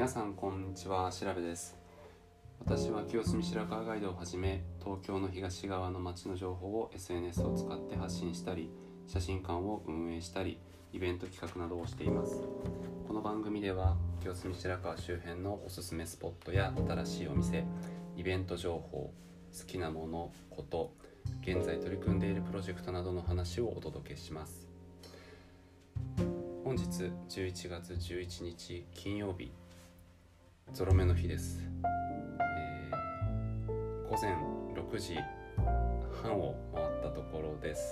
皆さんこんにちは、調べです。私は清澄白河ガイドをはじめ、東京の東側の街の情報を SNS を使って発信したり、写真館を運営したり、イベント企画などをしています。この番組では清澄白河周辺のおすすめスポットや新しいお店、イベント情報、好きなもの、こと、現在取り組んでいるプロジェクトなどの話をお届けします。本日11月11日金曜日、ゾロ目の日です。午前6時半を回ったところです。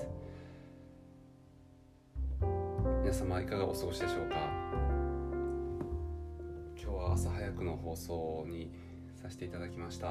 皆様いかがお過ごしでしょうか。今日は朝早くの放送にさせていただきました。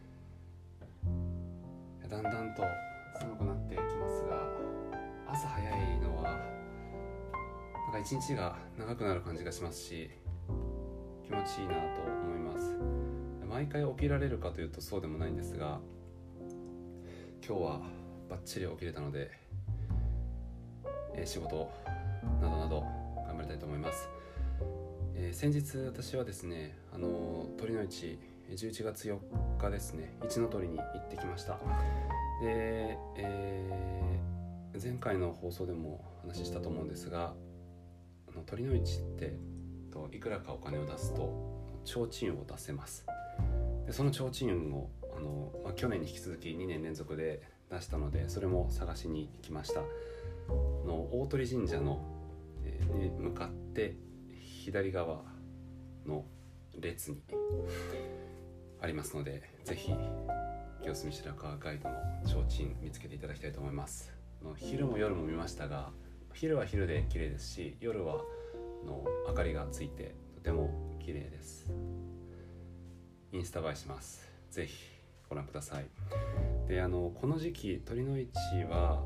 だんだんと寒くなってきますが、朝早いのはなんか一日が長くなる感じがしますし、気持ちいいなと思います。毎回起きられるかというとそうでもないんですが、今日はバッチリ起きれたので、仕事などなど頑張りたいと思います。先日私はですね、酉の市11月4日ですね、一の酉に行ってきました。で、前回の放送でも話したと思うんですが、酉の市っていくらかお金を出すと提灯を出せます。でその提灯を去年に引き続き2年連続で出したので、それも探しに行きました。大鳥神社の、に向かって左側の列にありますので、ぜひ清澄白河ガイドの提灯見つけていただきたいと思います。昼も夜も見ましたが、昼は昼で綺麗ですし、夜は明かりがついてとても綺麗です。インスタ映えします。ぜひご覧ください。で、この時期酉の市は、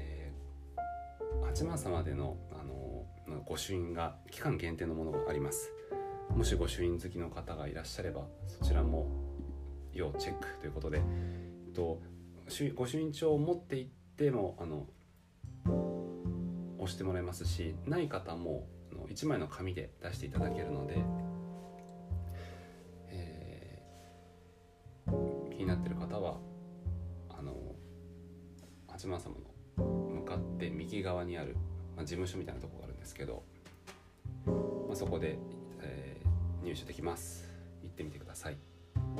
八幡様での、御朱印が期間限定のものがあります。もし御朱印好きの方がいらっしゃれば、そちらも要チェックということで、御朱印帳を持って行っても押してもらえますし、ない方も1枚の紙で出していただけるので、気になっている方は八幡様の向かって右側にある、事務所みたいなところがあるんですけど、そこで、入手できます。行ってみてください。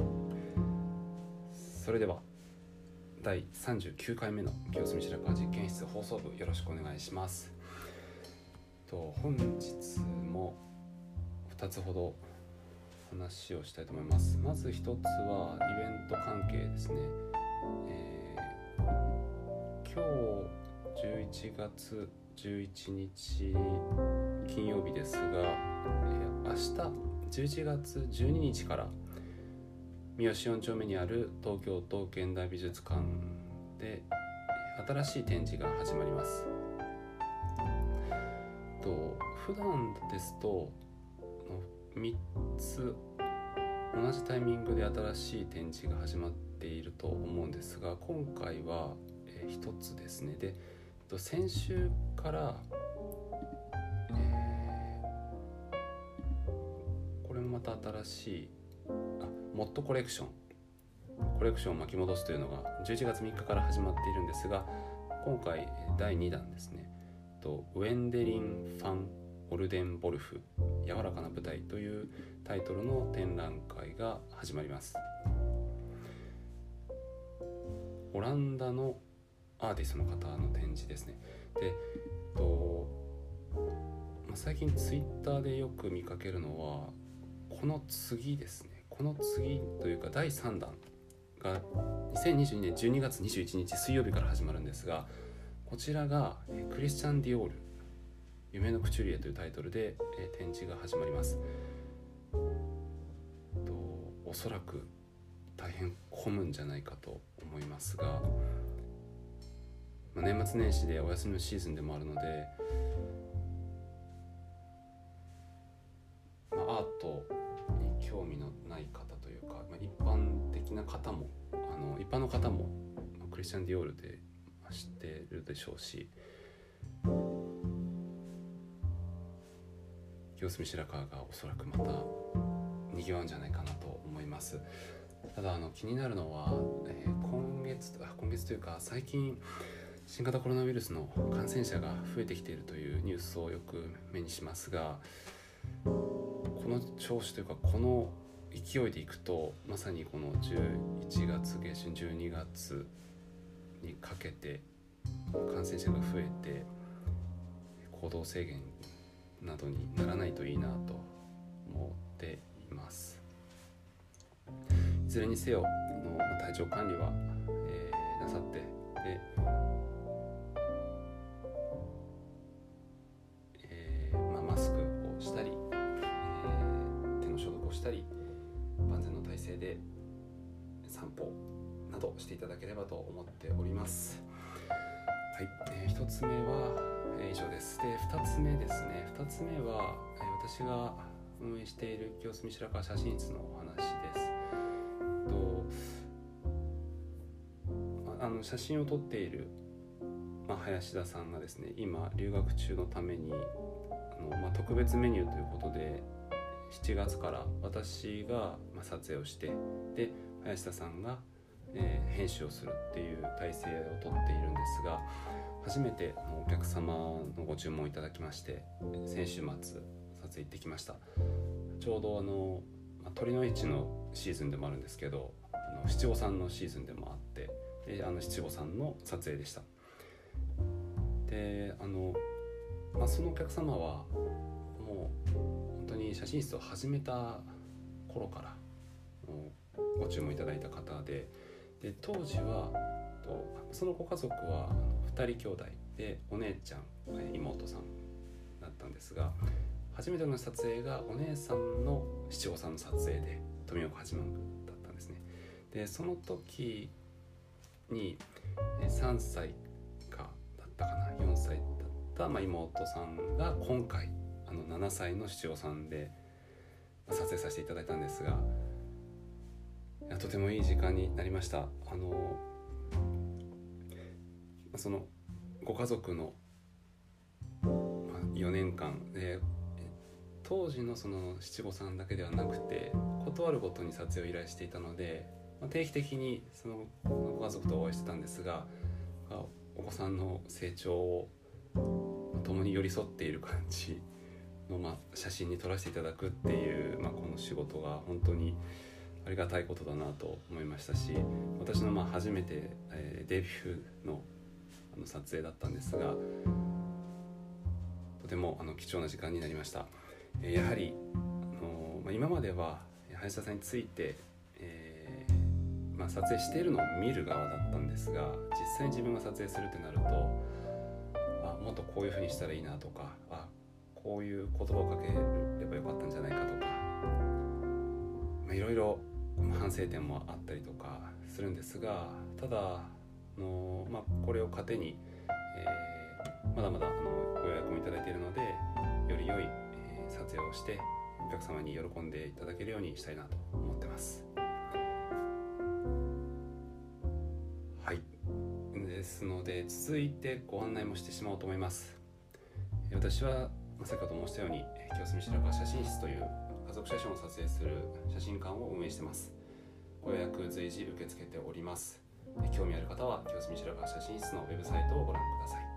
それでは第39回目の清澄白河実験室放送部、よろしくお願いします。本日も2つほど話をしたいと思います。まず1つはイベント関係ですね。今日11月11日金曜日ですが、明日11月12日から三好4丁目にある東京都現代美術館で新しい展示が始まります。普段ですと3つ同じタイミングで新しい展示が始まっていると思うんですが、今回は1つですね。で、先週からこれもまた新しいモットコレクションを巻き戻すというのが11月3日から始まっているんですが、今回第2弾ですね。ウェンデリン・ファン・オルデンボルフ柔らかな舞台というタイトルの展覧会が始まります。オランダのアーティストの方の展示ですね。で、最近ツイッターでよく見かけるのはこの次ですね。この次というか第3弾が2022年12月21日水曜日から始まるんですが、こちらがクリスチャン・ディオール夢のクチュリエというタイトルで展示が始まります。おそらく大変混むんじゃないかと思いますが、年末年始でお休みのシーズンでもあるので、アートに興味のない方というか、一般的な方も一般の方もクリスチャン・ディオールで知ってるでしょうし、清澄白河がおそらくまた賑わうんじゃないかなと思います。ただ気になるのは、今月というか最近新型コロナウイルスの感染者が増えてきているというニュースをよく目にしますが、この調子というかこの勢いでいくとまさにこの11月下旬12月にかけて感染者が増えて行動制限などにならないといいなと思っています。いずれにせよ体調管理は、なさって、で、マスクをしたり、手の消毒をしたり万全の体制で散歩などしていただければと思っております。はい、1つ目は、以上です。で2つ目ですね。2つ目は、私が運営している清澄白河写真室のお話です。写真を撮っている、林田さんがですね、今留学中のために特別メニューということで7月から私が撮影をして、で林田さんが、編集をするっていう体制をとっているんですが、初めてお客様のご注文いただきまして、先週末撮影行ってきました。ちょうど鳥の市のシーズンでもあるんですけど、七五三のシーズンでもあって、七五三の撮影でした。でそのお客様はもう本当に写真室を始めた頃からご注文いただいた方で、当時はそのご家族は2人兄弟で、お姉ちゃん妹さんだったんですが、初めての撮影がお姉さんの七五三の撮影で富岡八幡宮だったんですね。でその時に3歳かだったかな、4歳だった、妹さんが今回7歳の七五三で撮影させていただいたんですが、とてもいい時間になりました。そのご家族の4年間で、当時のその七五三だけではなくて断るごとに撮影を依頼していたので、定期的にそのご家族とお会いしてたんですが、お子さんの成長を共に寄り添っている感じの、写真に撮らせていただくっていう、この仕事が本当にありがたいことだなと思いましたし、私の初めて、デビューの撮影だったんですが、とても貴重な時間になりました。やはり今までは林田さんについて、撮影しているのを見る側だったんですが、実際に自分が撮影するってなると、もっとこういう風にしたらいいなとか、こういう言葉をかければよかったんじゃないかとか、いろいろ反省点もあったりとかするんですが、ただこれを糧に、まだまだご予約もいただいているので、より良い、撮影をしてお客様に喜んでいただけるようにしたいなと思ってます。はい、ですので続いてご案内もしてしまおうと思います。私は先ほど申したように清澄白河写真室という家族写真を撮影する写真館を運営しています。ご予約随時受け付けております。興味ある方は清澄白河写真室のウェブサイトをご覧ください。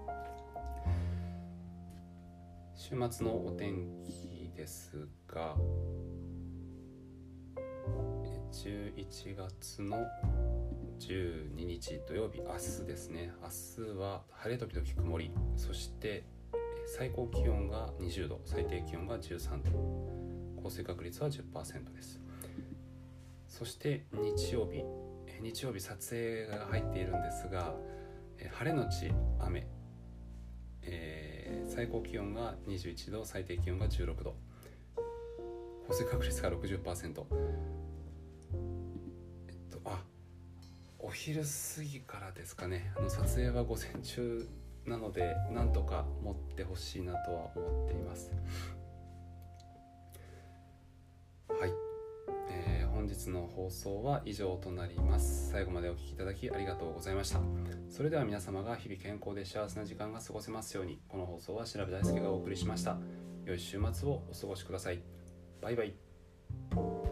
週末のお天気ですが、11月の12日土曜日、明日ですね。明日は晴れ時々曇り、そして最高気温が20度、最低気温が13度、降水確率は 10% です。そして日曜日撮影が入っているんですが、晴れのち雨、最高気温が21度、最低気温が16度、降水確率が 60%。お昼過ぎからですかね。撮影は午前中なので、なんとか持ってほしいなとは思っています。はい、本日の放送は以上となります。最後までお聞きいただきありがとうございました。それでは皆様が日々健康で幸せな時間が過ごせますように。この放送は調べ大輔がお送りしました。良い週末をお過ごしください。バイバイ。 う。